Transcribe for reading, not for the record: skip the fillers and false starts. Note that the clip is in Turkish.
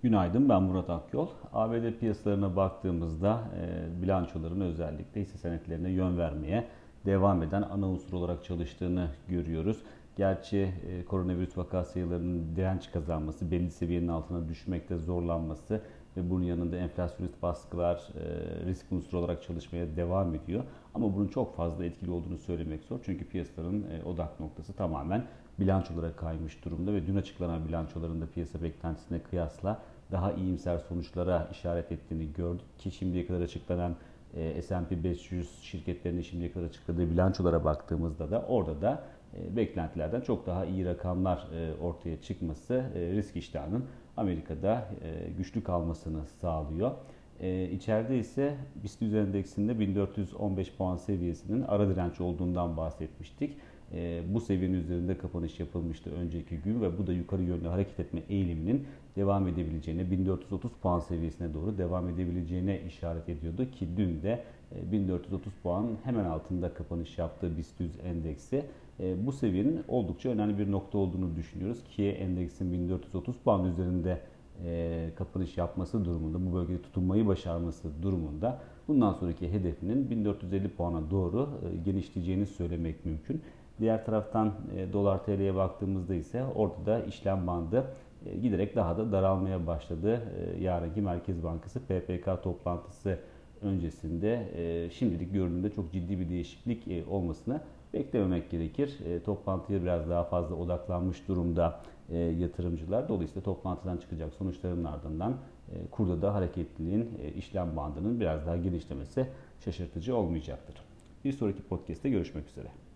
Günaydın, ben Murat Akyol. ABD piyasalarına baktığımızda bilançoların özellikle hisse senetlerine yön vermeye devam eden ana unsur olarak çalıştığını görüyoruz. Gerçi koronavirüs vaka sayılarının direnç kazanması, belli seviyenin altına düşmekte zorlanması ve bunun yanında enflasyonist baskılar risk unsuru olarak çalışmaya devam ediyor. Ama bunun çok fazla etkili olduğunu söylemek zor. Çünkü piyasaların odak noktası tamamen bilançolara kaymış durumda ve dün açıklanan bilançoların da piyasa beklentisine kıyasla daha iyimser sonuçlara işaret ettiğini gördük ki şimdiye kadar açıklanan S&P 500 şirketlerinin şimdiye kadar açıkladığı bilançolara baktığımızda da orada da beklentilerden çok daha iyi rakamlar ortaya çıkması risk iştahının Amerika'da güçlü kalmasını sağlıyor. İçeride ise BIST endeksinde 1415 puan seviyesinin ara direnç olduğundan bahsetmiştik. Bu seviyenin üzerinde kapanış yapılmıştı önceki gün ve bu da yukarı yönlü hareket etme eğiliminin devam edebileceğine, 1430 puan seviyesine doğru devam edebileceğine işaret ediyordu ki dün de 1430 puan hemen altında kapanış yaptığı BIST endeksi bu seviyenin oldukça önemli bir nokta olduğunu düşünüyoruz ki endeksin 1430 puan üzerinde kapanış yapması durumunda, bu bölgede tutunmayı başarması durumunda bundan sonraki hedefinin 1450 puana doğru genişleyeceğini söylemek mümkün. Diğer taraftan dolar TL'ye baktığımızda ise orada da işlem bandı giderek daha da daralmaya başladı. Yarınki Merkez Bankası PPK toplantısı öncesinde şimdilik görünümde çok ciddi bir değişiklik olmasını beklememek gerekir. Toplantıya biraz daha fazla odaklanmış durumda yatırımcılar. Dolayısıyla toplantıdan çıkacak sonuçların ardından kurda da hareketliliğin işlem bandının biraz daha genişlemesi şaşırtıcı olmayacaktır. Bir sonraki podcast'te görüşmek üzere.